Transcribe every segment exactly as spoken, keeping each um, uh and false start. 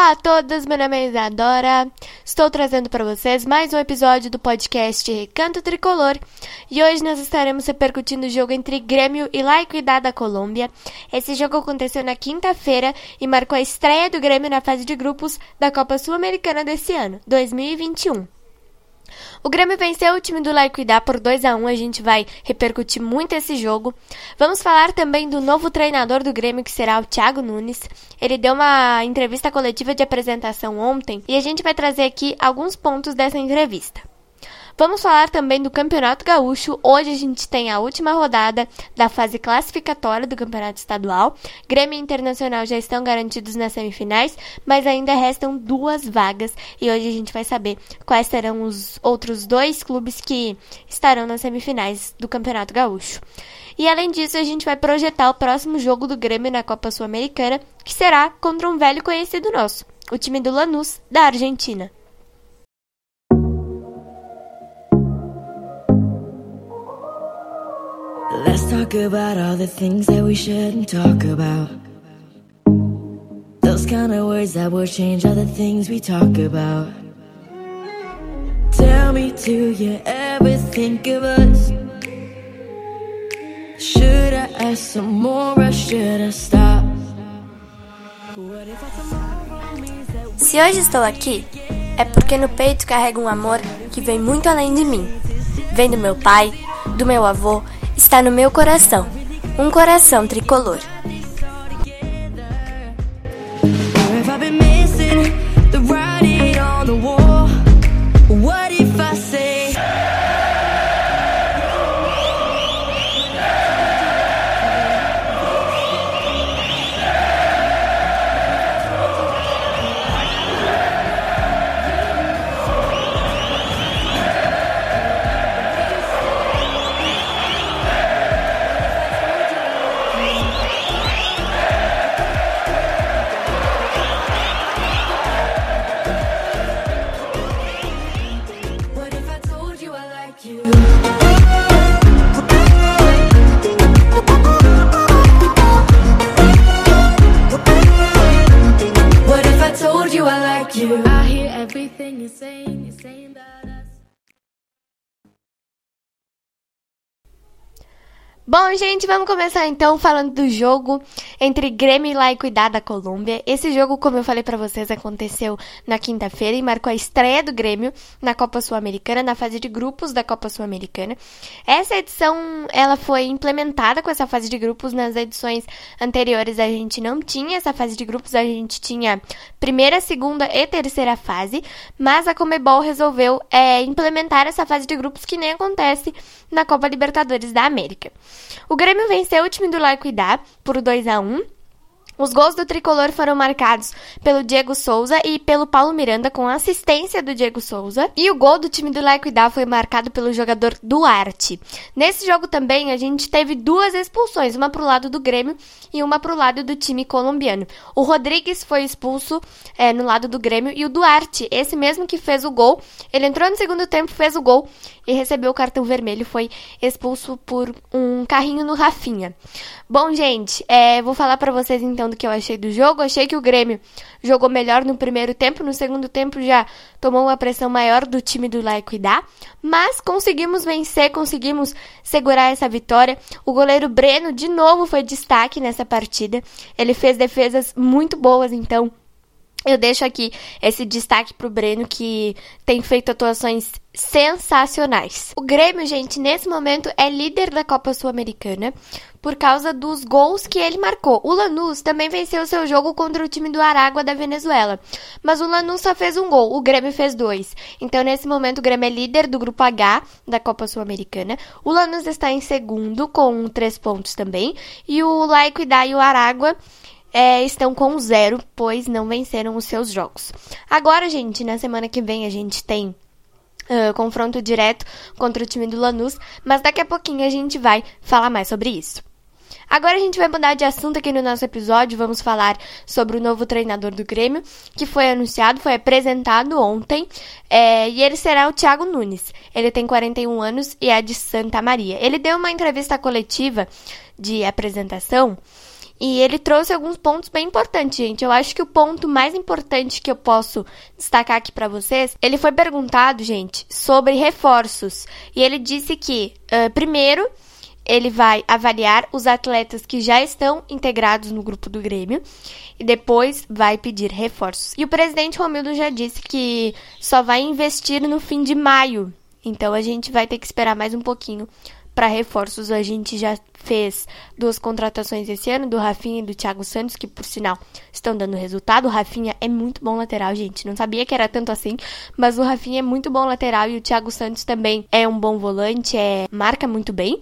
Olá a todos, meu nome é Isadora, estou trazendo para vocês mais um episódio do podcast Recanto Tricolor e hoje nós estaremos repercutindo o jogo entre Grêmio e La Equidad da Colômbia. Esse jogo aconteceu na quinta-feira e marcou a estreia do Grêmio na fase de grupos da Copa Sul-Americana desse ano, dois mil e vinte e um. O Grêmio venceu o time do La Equidad por dois a um, a gente vai repercutir muito esse jogo. Vamos falar também do novo treinador do Grêmio, que será o Thiago Nunes. Ele deu uma entrevista coletiva de apresentação ontem e a gente vai trazer aqui alguns pontos dessa entrevista. Vamos falar também do Campeonato Gaúcho. Hoje a gente tem a última rodada da fase classificatória do Campeonato Estadual. Grêmio e Internacional já estão garantidos nas semifinais, mas ainda restam duas vagas e hoje a gente vai saber quais serão os outros dois clubes que estarão nas semifinais do Campeonato Gaúcho. E além disso, a gente vai projetar o próximo jogo do Grêmio na Copa Sul-Americana, que será contra um velho conhecido nosso, o time do Lanús, da Argentina. Let's talk about all the things that we shouldn't talk about. Those kind of words that will change all the things we talk about. Tell me, do you ever think of us? Should I ask some more or should I stop? Se hoje estou aqui, é porque no peito carrego um amor que vem muito além de mim. Vem do meu pai, do meu avô, está no meu coração, um coração tricolor. Bom, gente, vamos começar então falando do jogo entre Grêmio e La Equidad da Colômbia. Esse jogo, como eu falei pra vocês, aconteceu na quinta-feira e marcou a estreia do Grêmio na Copa Sul-Americana, na fase de grupos da Copa Sul-Americana. Essa edição, ela foi implementada com essa fase de grupos. Nas edições anteriores a gente não tinha essa fase de grupos, a gente tinha primeira, segunda e terceira fase, mas a Conmebol resolveu é, implementar essa fase de grupos que nem acontece na Copa Libertadores da América. O Grêmio venceu o time do La Equidad por dois a um. Os gols do tricolor foram marcados pelo Diego Souza e pelo Paulo Miranda, com assistência do Diego Souza. E o gol do time do La Equidad foi marcado pelo jogador Duarte. Nesse jogo também a gente teve duas expulsões, uma pro lado do Grêmio e uma pro lado do time colombiano. O Rodrigues foi expulso é, no lado do Grêmio e o Duarte, esse mesmo que fez o gol, ele entrou no segundo tempo, fez o gol e recebeu o cartão vermelho, foi expulso por um carrinho no Rafinha. Bom, gente, é, vou falar pra vocês então do que eu achei do jogo. Achei que o Grêmio jogou melhor no primeiro tempo, no segundo tempo já tomou uma pressão maior do time do La Equidad, mas conseguimos vencer, conseguimos segurar essa vitória. O goleiro Breno de novo foi destaque nessa partida, ele fez defesas muito boas, então eu deixo aqui esse destaque pro Breno, que tem feito atuações sensacionais. O Grêmio, gente, nesse momento é líder da Copa Sul-Americana por causa dos gols que ele marcou. O Lanús também venceu seu jogo contra o time do Aragua da Venezuela, mas o Lanús só fez um gol, o Grêmio fez dois. Então, nesse momento, o Grêmio é líder do Grupo H da Copa Sul-Americana. O Lanús está em segundo com três pontos também, e o La Equidad e o Aragua É, estão com zero, pois não venceram os seus jogos. Agora, gente, na semana que vem a gente tem uh, confronto direto contra o time do Lanús, mas daqui a pouquinho a gente vai falar mais sobre isso. Agora a gente vai mudar de assunto aqui no nosso episódio, vamos falar sobre o novo treinador do Grêmio, que foi anunciado, foi apresentado ontem, é, e ele será o Thiago Nunes. Ele tem quarenta e um anos e é de Santa Maria. Ele deu uma entrevista coletiva de apresentação E ele trouxe alguns pontos bem importantes, gente. Eu acho que o ponto mais importante que eu posso destacar aqui pra vocês, ele foi perguntado, gente, sobre reforços. E ele disse que, uh, primeiro, ele vai avaliar os atletas que já estão integrados no grupo do Grêmio e depois vai pedir reforços. E o presidente Romildo já disse que só vai investir no fim de maio. Então a gente vai ter que esperar mais um pouquinho para reforços. A gente já fez duas contratações esse ano, do Rafinha e do Thiago Santos, que por sinal estão dando resultado. O Rafinha é muito bom lateral, gente. Não sabia que era tanto assim, mas o Rafinha é muito bom lateral e o Thiago Santos também é um bom volante, é, marca muito bem.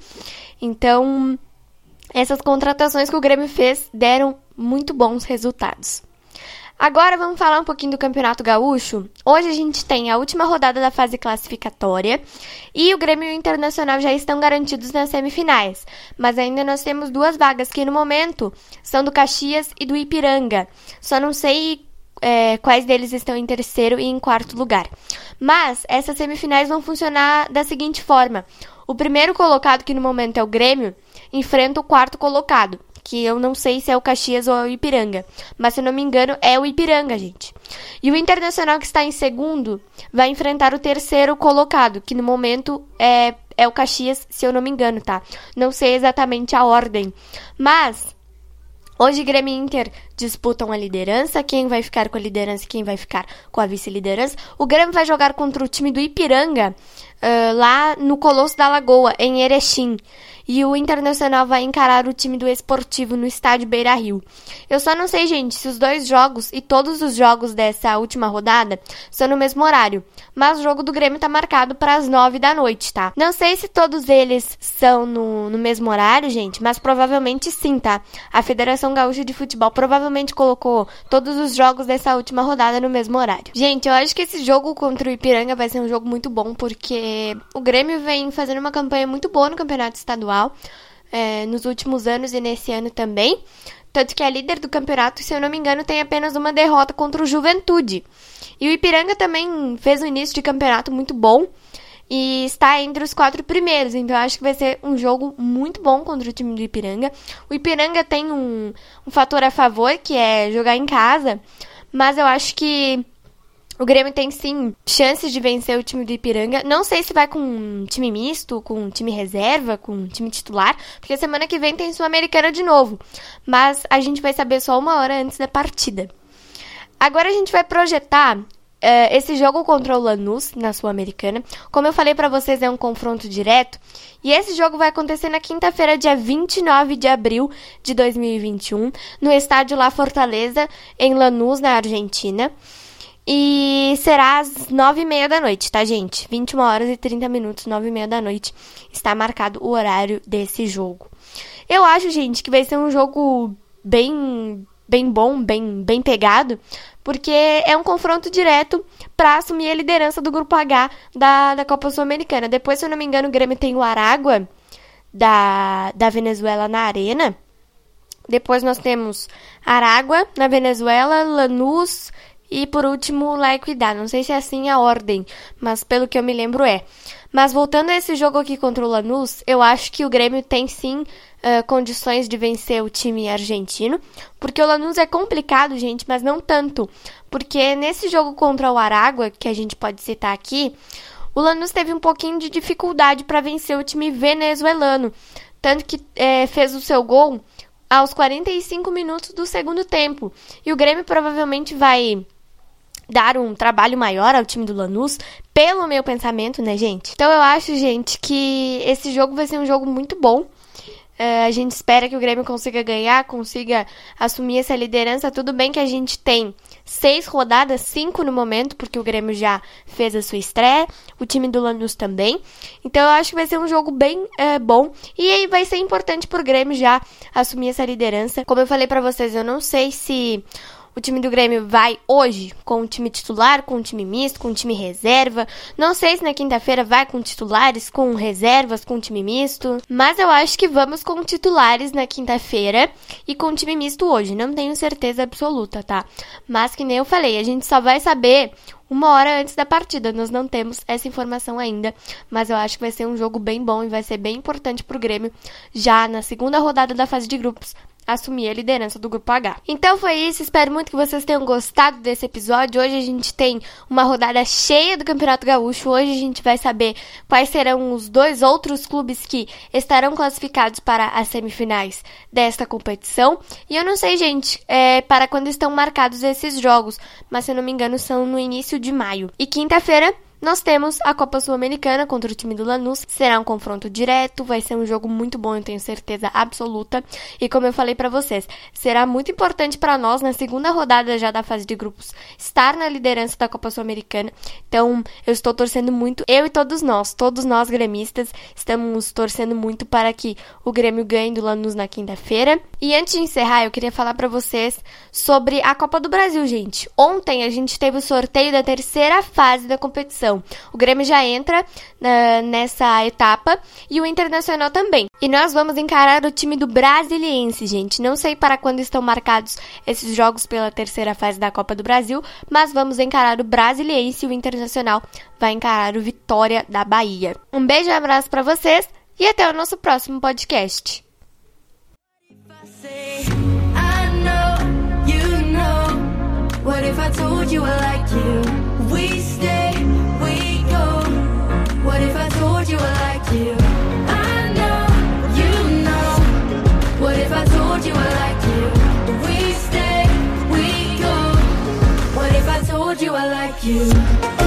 Então, essas contratações que o Grêmio fez deram muito bons resultados. Agora vamos falar um pouquinho do Campeonato Gaúcho. Hoje a gente tem a última rodada da fase classificatória e o Grêmio e o Internacional já estão garantidos nas semifinais. Mas ainda nós temos duas vagas que no momento são do Caxias e do Ipiranga. Só não sei é, quais deles estão em terceiro e em quarto lugar. Mas essas semifinais vão funcionar da seguinte forma. O primeiro colocado, que no momento é o Grêmio, enfrenta o quarto colocado, que eu não sei se é o Caxias ou é o Ipiranga, mas se eu não me engano é o Ipiranga, gente. E o Internacional, que está em segundo, vai enfrentar o terceiro colocado, que no momento é, é o Caxias, se eu não me engano, tá? Não sei exatamente a ordem, mas hoje Grêmio e Inter disputam a liderança, quem vai ficar com a liderança e quem vai ficar com a vice-liderança. O Grêmio vai jogar contra o time do Ipiranga, uh, lá no Colosso da Lagoa, em Erechim. E o Internacional vai encarar o time do Esportivo no estádio Beira-Rio. Eu só não sei, gente, se os dois jogos e todos os jogos dessa última rodada são no mesmo horário. Mas o jogo do Grêmio tá marcado para as nove da noite, tá? Não sei se todos eles são no, no mesmo horário, gente, mas provavelmente sim, tá? A Federação Gaúcha de Futebol provavelmente colocou todos os jogos dessa última rodada no mesmo horário. Gente, eu acho que esse jogo contra o Ipiranga vai ser um jogo muito bom, porque o Grêmio vem fazendo uma campanha muito boa no Campeonato Estadual. É, nos últimos anos e nesse ano também, tanto que é líder do campeonato, se eu não me engano, tem apenas uma derrota contra o Juventude. E o Ipiranga também fez um início de campeonato muito bom e está entre os quatro primeiros, então eu acho que vai ser um jogo muito bom contra o time do Ipiranga. O Ipiranga tem um, um fator a favor, que é jogar em casa, mas eu acho que o Grêmio tem, sim, chances de vencer o time do Ipiranga. Não sei se vai com um time misto, com um time reserva, com um time titular, porque semana que vem tem Sul-Americana de novo. Mas a gente vai saber só uma hora antes da partida. Agora a gente vai projetar uh, esse jogo contra o Lanús na Sul-Americana. Como eu falei pra vocês, é um confronto direto. E esse jogo vai acontecer na quinta-feira, dia vinte e nove de abril de dois mil e vinte e um, no estádio La Fortaleza, em Lanús, na Argentina. E será às nove e meia da noite, tá, gente? vinte e uma horas e trinta minutos, nove e meia da noite, está marcado o horário desse jogo. Eu acho, gente, que vai ser um jogo bem, bem bom, bem, bem pegado, porque é um confronto direto para assumir a liderança do Grupo H da, da Copa Sul-Americana. Depois, se eu não me engano, o Grêmio tem o Aragua da, da Venezuela na Arena. Depois nós temos Aragua na Venezuela, Lanús e, por último, La Equidad. Não sei se é assim a ordem, mas pelo que eu me lembro é. Mas voltando a esse jogo aqui contra o Lanús, eu acho que o Grêmio tem sim uh, condições de vencer o time argentino, porque o Lanús é complicado, gente, mas não tanto. Porque nesse jogo contra o Aragua, que a gente pode citar aqui, o Lanús teve um pouquinho de dificuldade para vencer o time venezuelano. Tanto que é, fez o seu gol aos quarenta e cinco minutos do segundo tempo. E o Grêmio provavelmente vai dar um trabalho maior ao time do Lanús, pelo meu pensamento, né, gente? Então eu acho, gente, que esse jogo vai ser um jogo muito bom. Uh, a gente espera que o Grêmio consiga ganhar, consiga assumir essa liderança. Tudo bem que a gente tem seis rodadas, cinco no momento, porque o Grêmio já fez a sua estreia, o time do Lanús também. Então eu acho que vai ser um jogo bem uh, bom e aí vai ser importante pro Grêmio já assumir essa liderança. Como eu falei pra vocês, eu não sei se o time do Grêmio vai hoje com o time titular, com o time misto, com o time reserva. Não sei se na quinta-feira vai com titulares, com reservas, com time misto. Mas eu acho que vamos com titulares na quinta-feira e com time misto hoje. Não tenho certeza absoluta, tá? Mas que nem eu falei, a gente só vai saber uma hora antes da partida. Nós não temos essa informação ainda, mas eu acho que vai ser um jogo bem bom e vai ser bem importante pro Grêmio já na segunda rodada da fase de grupos assumir a liderança do Grupo H. Então foi isso, espero muito que vocês tenham gostado desse episódio. Hoje a gente tem uma rodada cheia do Campeonato Gaúcho. Hoje a gente vai saber quais serão os dois outros clubes que estarão classificados para as semifinais desta competição. E eu não sei, gente, é, para quando estão marcados esses jogos, mas se eu não me engano são no início de maio. E quinta-feira nós temos a Copa Sul-Americana contra o time do Lanús. Será um confronto direto, vai ser um jogo muito bom, eu tenho certeza absoluta. E como eu falei pra vocês, será muito importante pra nós, na segunda rodada já da fase de grupos, estar na liderança da Copa Sul-Americana. Então, eu estou torcendo muito, eu e todos nós, todos nós gremistas, estamos torcendo muito para que o Grêmio ganhe do Lanús na quinta-feira. E antes de encerrar, eu queria falar pra vocês sobre a Copa do Brasil, gente. Ontem a gente teve o sorteio da terceira fase da competição. O Grêmio já entra uh, nessa etapa e o Internacional também. E nós vamos encarar o time do Brasiliense, gente. Não sei para quando estão marcados esses jogos pela terceira fase da Copa do Brasil, mas vamos encarar o Brasiliense e o Internacional vai encarar o Vitória da Bahia. Um beijo e um abraço para vocês e até o nosso próximo podcast. What if I told you I like you? I know, you know. What if I told you I like you? We stay, we go. What if I told you I like you?